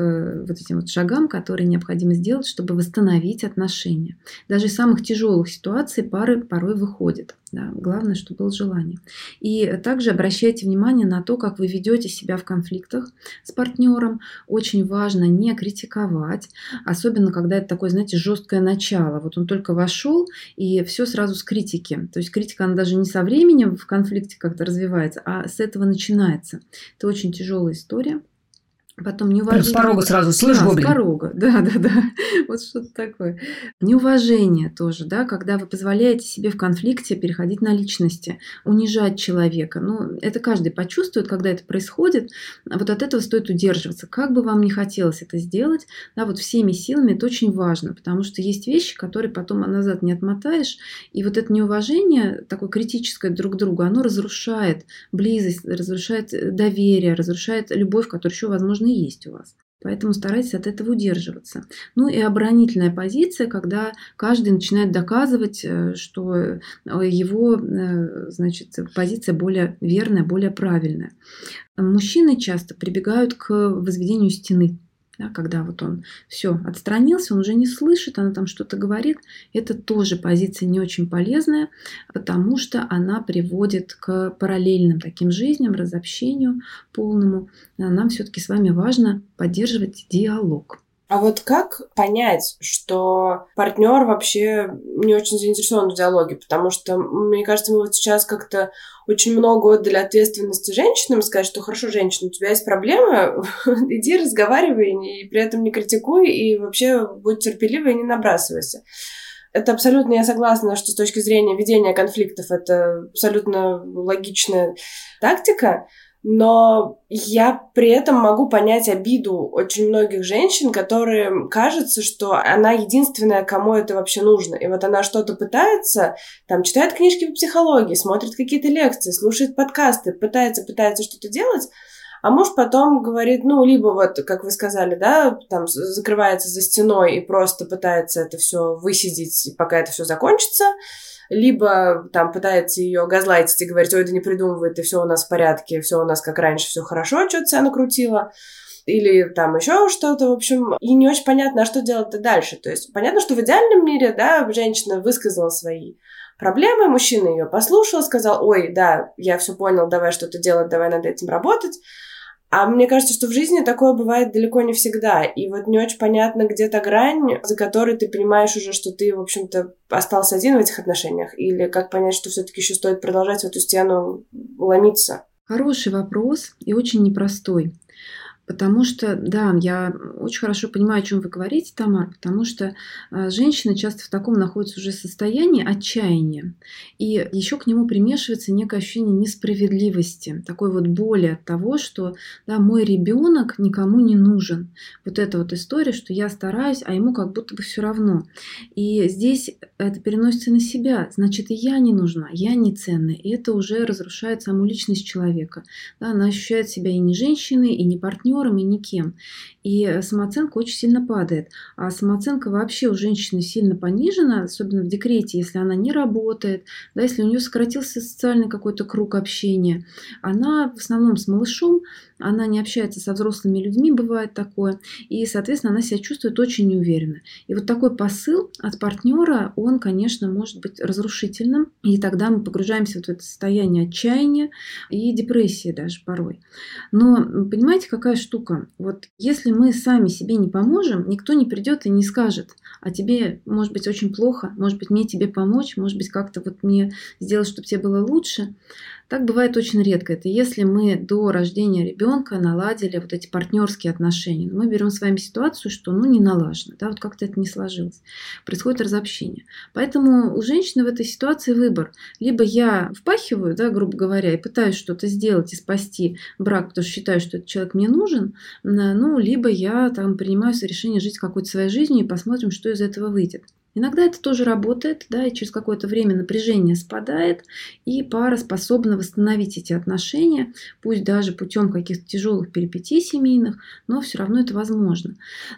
[SPEAKER 3] к вот этим вот шагам, которые необходимо сделать, чтобы восстановить отношения. Даже из самых тяжелых ситуаций пары порой выходят. Да. Главное, чтобы было желание. И также обращайте внимание на то, как вы ведете себя в конфликтах с партнером. Очень важно не критиковать, особенно когда это такое, знаете, жесткое начало. Вот он только вошел, и все сразу с критики. То есть критика, она даже не со временем в конфликте как-то развивается, а с этого начинается. Это очень тяжелая история. Потом неуважение.
[SPEAKER 2] С порога сразу, слышь, гоблин.
[SPEAKER 3] С порога, да. Вот что-то такое. Неуважение тоже, да, когда вы позволяете себе в конфликте переходить на личности, унижать человека. Это каждый почувствует, когда это происходит. Вот от этого стоит удерживаться. Как бы вам ни хотелось это сделать, да, вот всеми силами это очень важно, потому что есть вещи, которые потом назад не отмотаешь. И вот это неуважение, такое критическое друг к другу, оно разрушает близость, разрушает доверие, разрушает любовь, которая еще, возможно, есть у вас. Поэтому старайтесь от этого удерживаться. И оборонительная позиция, когда каждый начинает доказывать, что его, позиция более верная, более правильная. Мужчины часто прибегают к возведению стены. Да, когда вот он все отстранился, он уже не слышит, она там что-то говорит. Это тоже позиция не очень полезная, потому что она приводит к параллельным таким жизням, разобщению полному. Нам все-таки с вами важно поддерживать диалог.
[SPEAKER 1] А вот как понять, что партнер вообще не очень заинтересован в диалоге? Потому что, мне кажется, мы вот сейчас как-то очень много отдали ответственности женщинам, сказать, что хорошо, женщина, у тебя есть проблема, иди разговаривай, и при этом не критикуй, и вообще будь терпеливой и не набрасывайся. Это абсолютно, я согласна, что с точки зрения ведения конфликтов это абсолютно логичная тактика, но я при этом могу понять обиду очень многих женщин, которые кажется, что она единственная, кому это вообще нужно. И вот она что-то пытается, там, читает книжки по психологии, смотрит какие-то лекции, слушает подкасты, пытается что-то делать, а муж потом говорит, либо вот, как вы сказали, да, там закрывается за стеной и просто пытается это все высидеть, пока это все закончится, либо там пытается ее газлайтить и говорить, ой, да не придумывай, ты все у нас в порядке, все у нас как раньше, все хорошо, что-то себя накрутила, или там еще что-то, в общем, и не очень понятно, а что делать-то дальше. То есть понятно, что в идеальном мире, да, женщина высказала свои проблемы, мужчина ее послушал, сказал, ой, да, я все понял, давай что-то делать, давай над этим работать. А мне кажется, что в жизни такое бывает далеко не всегда. И вот не очень понятно, где та грань, за которой ты понимаешь уже, что ты, в общем-то, остался один в этих отношениях. Или как понять, что все-таки еще стоит продолжать в эту стену ломиться?
[SPEAKER 3] Хороший вопрос и очень непростой. Потому что, да, я очень хорошо понимаю, о чем вы говорите, Тамар, потому что женщины часто в таком находятся уже состоянии отчаяния, и еще к нему примешивается некое ощущение несправедливости, такой вот боли от того, что да, мой ребенок никому не нужен. Вот эта вот история, что я стараюсь, а ему как будто бы все равно. И здесь это переносится на себя, значит, и я не нужна, я не ценная, и это уже разрушает саму личность человека. Да, она ощущает себя и не женщиной, и не партнером, и никем. И самооценка очень сильно падает. А самооценка вообще у женщины сильно понижена, особенно в декрете, если она не работает, да, если у нее сократился социальный какой-то круг общения. Она в основном с малышом, она не общается со взрослыми людьми, бывает такое, и, соответственно, она себя чувствует очень неуверенно. И вот такой посыл от партнера, он, конечно, может быть разрушительным, и тогда мы погружаемся вот в это состояние отчаяния и депрессии даже порой. Но понимаете, какая штука? Вот если мы сами себе не поможем, никто не придет и не скажет, а тебе, может быть, очень плохо, может быть, мне тебе помочь, может быть, как-то вот мне сделать, чтобы тебе было лучше. Так бывает очень редко. Это если мы до рождения ребенка наладили вот эти партнерские отношения. Мы берем с вами ситуацию, что не налажено, да, вот как-то это не сложилось. Происходит разобщение. Поэтому у женщины в этой ситуации выбор. Либо я впахиваю, да, грубо говоря, и пытаюсь что-то сделать и спасти брак, потому что считаю, что этот человек мне нужен, либо я там принимаю решение жить какой-то своей жизнью и посмотрим, что из этого выйдет. Иногда это тоже работает, да, и через какое-то время напряжение спадает, и пара способна восстановить эти отношения, пусть даже путем каких-то тяжелых перипетий семейных, но все равно это возможно.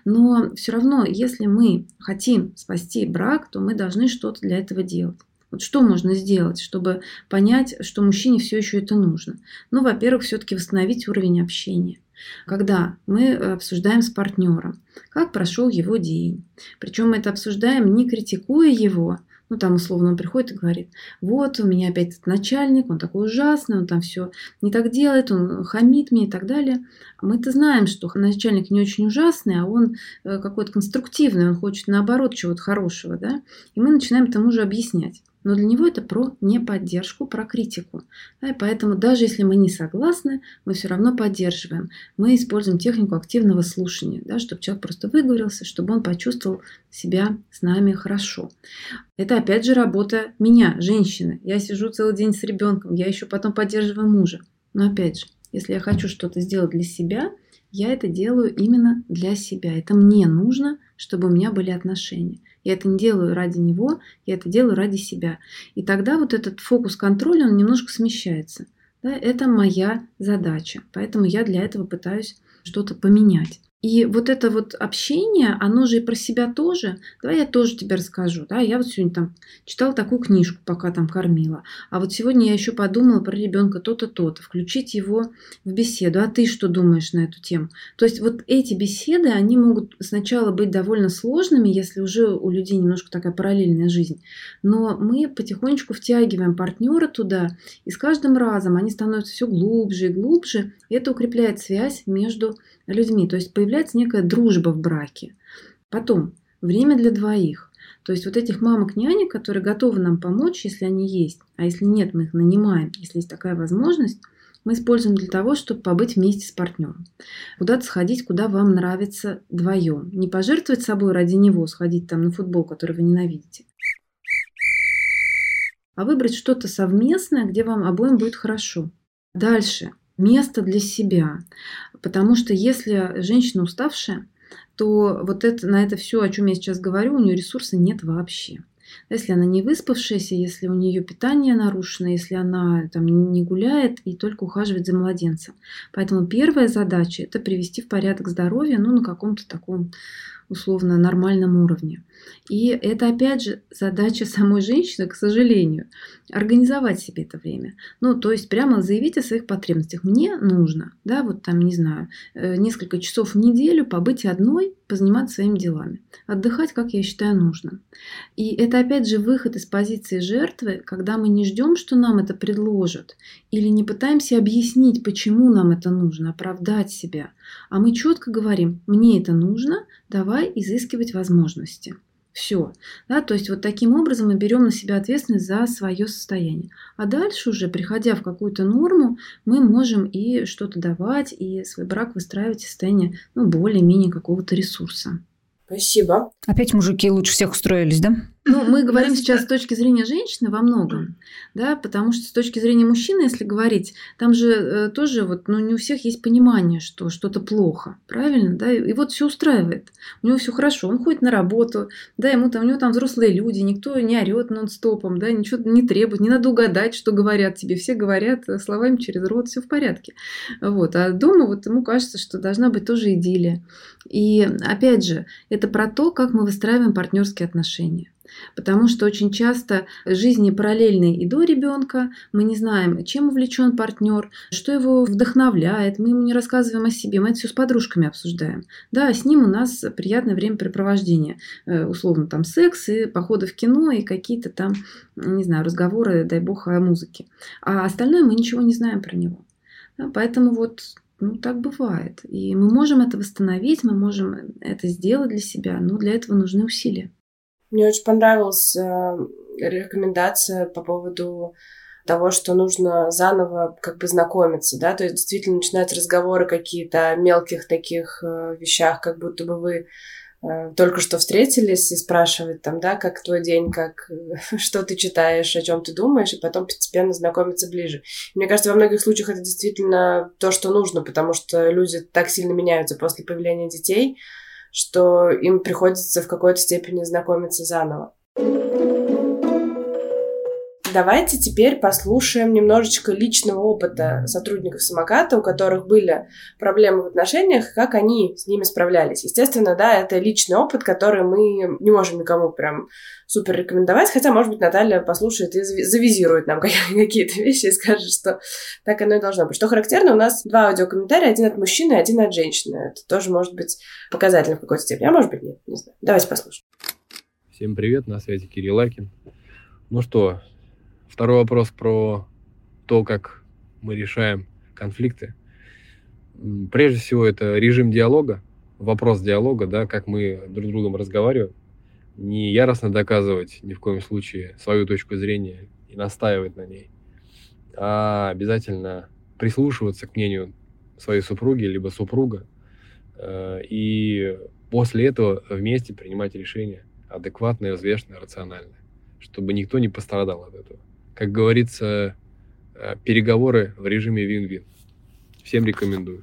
[SPEAKER 3] Но все равно, если мы хотим спасти брак, то мы должны что-то для этого делать. Вот что можно сделать, чтобы понять, что мужчине все еще это нужно? Во-первых, все-таки восстановить уровень общения. Когда мы обсуждаем с партнером, как прошел его день. Причем мы это обсуждаем, не критикуя его. Условно он приходит и говорит: вот у меня опять этот начальник, он такой ужасный, он там все не так делает, он хамит мне и так далее. Мы-то знаем, что начальник не очень ужасный, а он какой-то конструктивный, он хочет наоборот чего-то хорошего, да? И мы начинаем это мужу объяснять. Но для него это про неподдержку, про критику. Да, и поэтому даже если мы не согласны, мы все равно поддерживаем. Мы используем технику активного слушания, да, чтобы человек просто выговорился, чтобы он почувствовал себя с нами хорошо. Это опять же работа меня, женщины. Я сижу целый день с ребенком, я еще потом поддерживаю мужа. Но опять же, если я хочу что-то сделать для себя, я это делаю именно для себя. Это мне нужно, чтобы у меня были отношения. Я это не делаю ради него, я это делаю ради себя. И тогда вот этот фокус контроля, он немножко смещается. Да, это моя задача. Поэтому я для этого пытаюсь что-то поменять. И вот это вот общение, оно же и про себя тоже. Давай я тоже тебе расскажу. Да? Я вот сегодня там читала такую книжку, пока там кормила. А вот сегодня я еще подумала про ребенка то-то, то-то. Включить его в беседу. А ты что думаешь на эту тему? То есть вот эти беседы, они могут сначала быть довольно сложными, если уже у людей немножко такая параллельная жизнь. Но мы потихонечку втягиваем партнера туда. И с каждым разом они становятся все глубже и глубже. И это укрепляет связь между людьми. То есть появляется некая дружба в браке. Потом время для двоих. То есть вот этих мамок-нянек, которые готовы нам помочь, если они есть, а если нет, мы их нанимаем, если есть такая возможность, мы используем для того, чтобы побыть вместе с партнером. Куда-то сходить, куда вам нравится вдвоем. Не пожертвовать собой ради него, сходить там на футбол, который вы ненавидите, а выбрать что-то совместное, где вам обоим будет хорошо. Дальше. Место для себя. Потому что если женщина уставшая, то вот на это все, о чем я сейчас говорю, у нее ресурса нет вообще. Если она не выспавшаяся, если у нее питание нарушено, если она там не гуляет и только ухаживает за младенцем. Поэтому первая задача – это привести в порядок здоровье, на каком-то таком условно нормальном уровне. И это, опять же, задача самой женщины, к сожалению, организовать себе это время. То есть прямо заявить о своих потребностях. Мне нужно, да, вот там, не знаю, несколько часов в неделю побыть одной, позаниматься своими делами. Отдыхать, как я считаю, нужно. И это, опять же, выход из позиции жертвы, когда мы не ждем, что нам это предложат, или не пытаемся объяснить, почему нам это нужно, оправдать себя. А мы четко говорим: мне это нужно, давай изыскивать возможности. Все. Да, то есть вот таким образом мы берем на себя ответственность за свое состояние. А дальше уже, приходя в какую-то норму, мы можем и что-то давать, и свой брак выстраивать в состоянии более-менее какого-то ресурса.
[SPEAKER 1] Спасибо.
[SPEAKER 2] Опять мужики лучше всех устроились, да?
[SPEAKER 3] Мы говорим сейчас с точки зрения женщины во многом, да, потому что с точки зрения мужчины, если говорить, там же тоже не у всех есть понимание, что что-то плохо, правильно, да, и вот все устраивает, у него все хорошо, он ходит на работу, да, у него там взрослые люди, никто не орет нон-стопом, да, ничего не требует, не надо угадать, что говорят тебе, все говорят словами через рот, все в порядке, вот, а дома ему кажется, что должна быть тоже идиллия, и опять же, это про то, как мы выстраиваем партнерские отношения. Потому что очень часто жизни параллельной и до ребенка, мы не знаем, чем увлечен партнер, что его вдохновляет, мы ему не рассказываем о себе, мы это все с подружками обсуждаем. Да, с ним у нас приятное времяпрепровождение, условно там секс и походы в кино и какие-то там, не знаю, разговоры, дай бог, о музыке. А остальное мы ничего не знаем про него. Да, поэтому так бывает. И мы можем это восстановить, мы можем это сделать для себя, но для этого нужны усилия.
[SPEAKER 1] Мне очень понравилась рекомендация по поводу того, что нужно заново знакомиться, да, то есть действительно начинать разговоры какие-то о мелких таких вещах, как будто бы вы только что встретились и спрашивать там, да, как твой день, что ты читаешь, о чем ты думаешь, и потом постепенно знакомиться ближе. Мне кажется, во многих случаях это действительно то, что нужно, потому что люди так сильно меняются после появления детей, что им приходится в какой-то степени знакомиться заново. Давайте теперь послушаем немножечко личного опыта сотрудников самоката, у которых были проблемы в отношениях, как они с ними справлялись. Естественно, да, это личный опыт, который мы не можем никому прям супер рекомендовать, хотя, может быть, Наталья послушает и завизирует нам какие-то вещи и скажет, что так оно и должно быть. Что характерно, у нас 2 аудиокомментария, один от мужчины, один от женщины. Это тоже может быть показательно в какой-то степени, а может быть, нет, не знаю. Давайте послушаем.
[SPEAKER 9] Всем привет, на связи Кирилл Акин. Ну что, второй вопрос про то, как мы решаем конфликты. Прежде всего, это режим диалога, вопрос диалога, да, как мы друг с другом разговариваем. Не яростно доказывать ни в коем случае свою точку зрения и настаивать на ней, а обязательно прислушиваться к мнению своей супруги либо супруга и после этого вместе принимать решения адекватное, взвешенное, рациональное, чтобы никто не пострадал от этого. Как говорится, переговоры в режиме вин-вин. Всем рекомендую.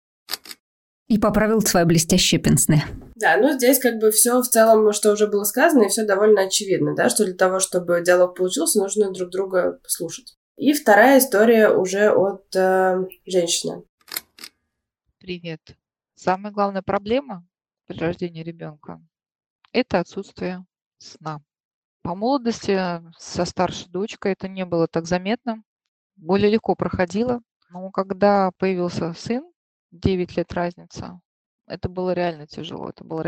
[SPEAKER 2] И поправил свои блестящие пенсне.
[SPEAKER 1] Да, здесь все в целом, что уже было сказано, и все довольно очевидно, да, что для того, чтобы диалог получился, нужно друг друга послушать. И вторая история уже от женщины.
[SPEAKER 10] Привет. Самая главная проблема при рождении ребенка – это отсутствие сна. По молодости со старшей дочкой это не было так заметно, более легко проходило. Но когда появился сын, 9 лет разница, это было реально тяжело.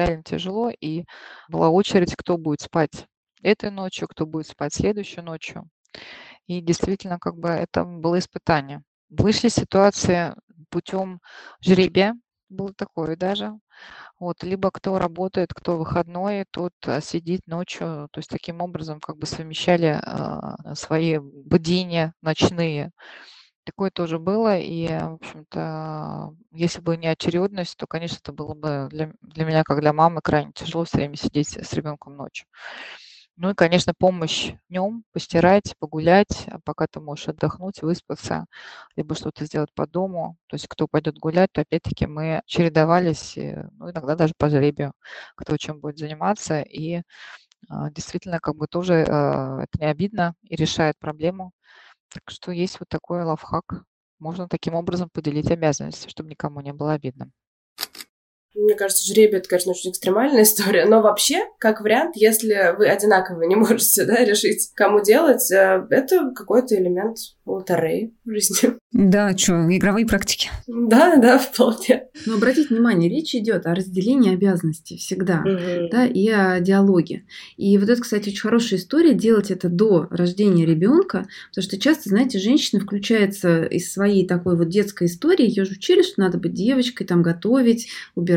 [SPEAKER 10] И была очередь, кто будет спать этой ночью, кто будет спать следующей ночью. И действительно, это было испытание. Вышли из ситуации путем жребия, было такое даже. Либо кто работает, кто выходной, тот сидит ночью. То есть таким образом совмещали свои бдения ночные. Такое тоже было, и, в общем-то, если бы не очередность, то, конечно, это было бы для меня, как для мамы, крайне тяжело все время сидеть с ребенком ночью. Ну и, конечно, помощь днем, постирать, погулять, пока ты можешь отдохнуть, выспаться, либо что-то сделать по дому. То есть кто пойдет гулять, то опять-таки мы чередовались, иногда даже по жребию, кто чем будет заниматься. И действительно, тоже это не обидно и решает проблему. Так что есть такой лайфхак. Можно таким образом поделить обязанности, чтобы никому не было обидно.
[SPEAKER 1] Мне кажется, жребий – это, конечно, очень экстремальная история, но вообще, как вариант, если вы одинаково не можете, да, решить, кому делать, это какой-то элемент лотереи в жизни.
[SPEAKER 2] Да, игровые практики.
[SPEAKER 1] Да, вполне.
[SPEAKER 3] Но обратите внимание, речь идет о разделении обязанностей всегда, да, и о диалоге. И это, кстати, очень хорошая история, делать это до рождения ребенка, потому что часто, знаете, женщина включается из своей такой детской истории, ее же учили, что надо быть девочкой, готовить, убирать,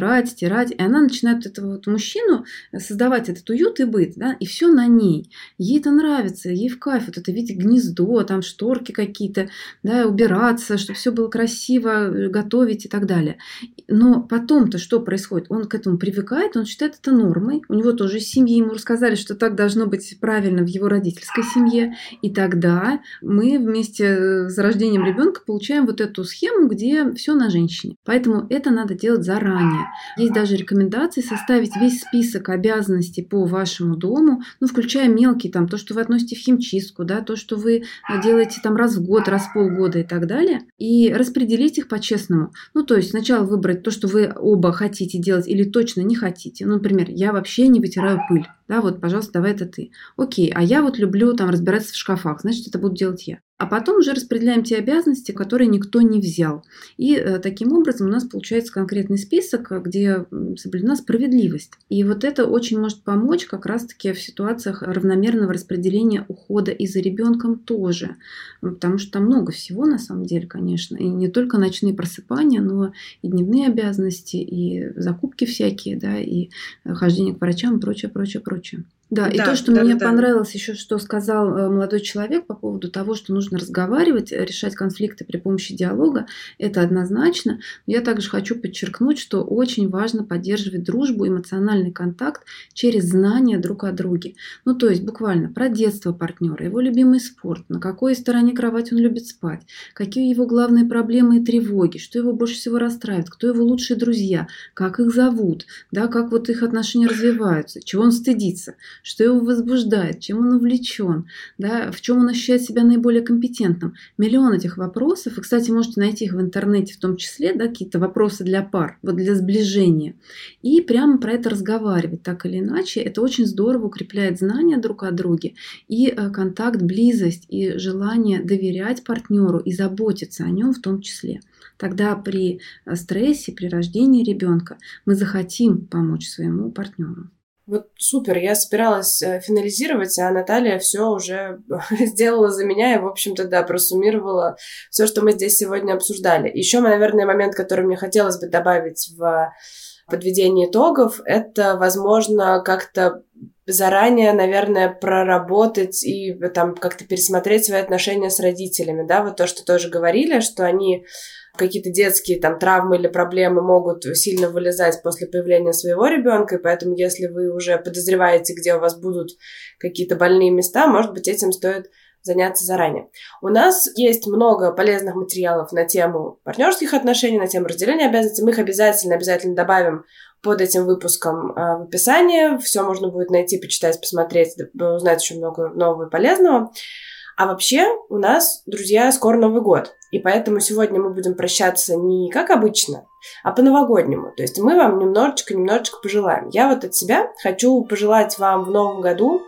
[SPEAKER 3] убирать, стирать. И она начинает этого вот мужчину создавать этот уют и быт, да, и все на ней. Ей это нравится, ей в кайф. Вот это видеть гнездо, там шторки какие-то, да, убираться, чтобы все было красиво, готовить и так далее. Но потом-то что происходит? Он к этому привыкает, он считает это нормой. У него тоже из семьи ему рассказали, что так должно быть правильно в его родительской семье. И тогда мы вместе с рождением ребенка получаем вот эту схему, где все на женщине. Поэтому это надо делать заранее. Есть даже рекомендации составить весь список обязанностей по вашему дому, ну, включая мелкие, там, то, что вы относите в химчистку, да, то, что вы делаете там раз в год, раз в полгода и так далее, и распределить их по-честному. Ну, то есть сначала выбрать то, что вы оба хотите делать или точно не хотите. Ну, например, я вообще не вытираю пыль. Да, вот, пожалуйста, давай это ты. Окей, а я вот люблю там разбираться в шкафах, значит, это буду делать я. А потом уже распределяем те обязанности, которые никто не взял. И таким образом у нас получается конкретный список, где соблюдена справедливость. И вот это очень может помочь как раз-таки в ситуациях равномерного распределения ухода и за ребенком тоже. Потому что там много всего на самом деле, конечно. И не только ночные просыпания, но и дневные обязанности, и закупки всякие, да, и хождение к врачам и прочее, прочее, прочее. Да, и то, что мне понравилось еще, что сказал молодой человек по поводу того, что нужно разговаривать, решать конфликты при помощи диалога, это однозначно. Но я также хочу подчеркнуть, что очень важно поддерживать дружбу, эмоциональный контакт через знания друг о друге. Ну, то есть буквально про детство партнера, его любимый спорт, на какой стороне кровати он любит спать, какие его главные проблемы и тревоги, что его больше всего расстраивает, кто его лучшие друзья, как их зовут, да, как вот их отношения развиваются, чего он стыдится, что его возбуждает, чем он увлечен, да, в чем он ощущает себя наиболее компетентным. Миллион этих вопросов, и, кстати, можете найти их в интернете в том числе, да, какие-то вопросы для пар, вот для сближения. И прямо про это разговаривать так или иначе. Это очень здорово укрепляет знания друг о друге и контакт, близость и желание доверять партнеру и заботиться о нем в том числе. Тогда при стрессе, при рождении ребенка мы захотим помочь своему партнеру.
[SPEAKER 1] Вот супер, я собиралась финализировать, а Наталья все уже сделала за меня и, в общем-то, да, просуммировала все, что мы здесь сегодня обсуждали. Еще, наверное, момент, который мне хотелось бы добавить в подведении итогов, это, возможно, как-то заранее, наверное, проработать и там как-то пересмотреть свои отношения с родителями, да, вот то, что тоже говорили, что они какие-то детские там травмы или проблемы могут сильно вылезать после появления своего ребенка, и поэтому, если вы уже подозреваете, где у вас будут какие-то больные места, может быть, этим стоит заняться заранее. У нас есть много полезных материалов на тему партнерских отношений, на тему разделения обязанностей. Мы их обязательно добавим под этим выпуском в описании. Все можно будет найти, почитать, посмотреть, узнать еще много нового и полезного. А вообще у нас, друзья, скоро Новый год. И поэтому сегодня мы будем прощаться не как обычно, а по-новогоднему. То есть мы вам немножечко пожелаем. Я вот от себя хочу пожелать вам в новом году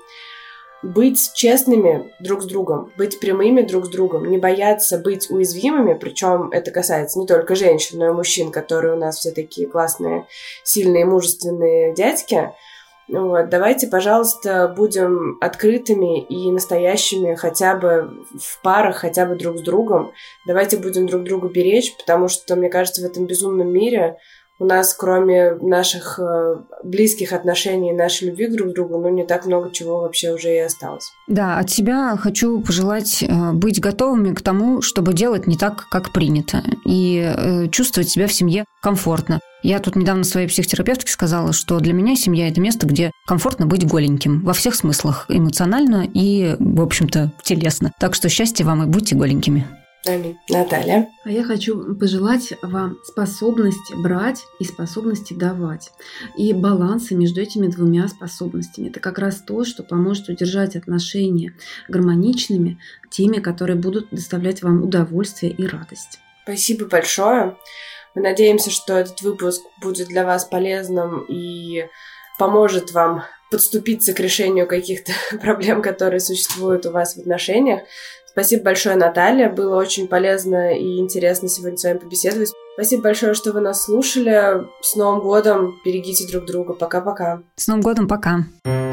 [SPEAKER 1] быть честными друг с другом, быть прямыми друг с другом, не бояться быть уязвимыми, причем это касается не только женщин, но и мужчин, которые у нас все такие классные, сильные, мужественные дядьки. Вот, давайте, пожалуйста, будем открытыми и настоящими хотя бы в парах, хотя бы друг с другом. Давайте будем друг друга беречь, потому что, мне кажется, в этом безумном мире у нас, кроме наших близких отношений и нашей любви друг к другу, не так много чего вообще уже и осталось.
[SPEAKER 2] Да, от себя хочу пожелать быть готовыми к тому, чтобы делать не так, как принято, и чувствовать себя в семье комфортно. Я тут недавно своей психотерапевтке сказала, что для меня семья – это место, где комфортно быть голеньким во всех смыслах, эмоционально и, в общем-то, телесно. Так что счастья вам и будьте голенькими.
[SPEAKER 1] Аминь. Наталья?
[SPEAKER 3] А я хочу пожелать вам способности брать и способности давать. И баланса между этими двумя способностями. Это как раз то, что поможет удержать отношения гармоничными, теми, которые будут доставлять вам удовольствие и радость.
[SPEAKER 1] Спасибо большое. Мы надеемся, что этот выпуск будет для вас полезным и поможет вам подступиться к решению каких-то проблем, которые существуют у вас в отношениях. Спасибо большое, Наталья. Было очень полезно и интересно сегодня с вами побеседовать. Спасибо большое, что вы нас слушали. С Новым годом! Берегите друг друга. Пока-пока.
[SPEAKER 2] С Новым годом! Пока!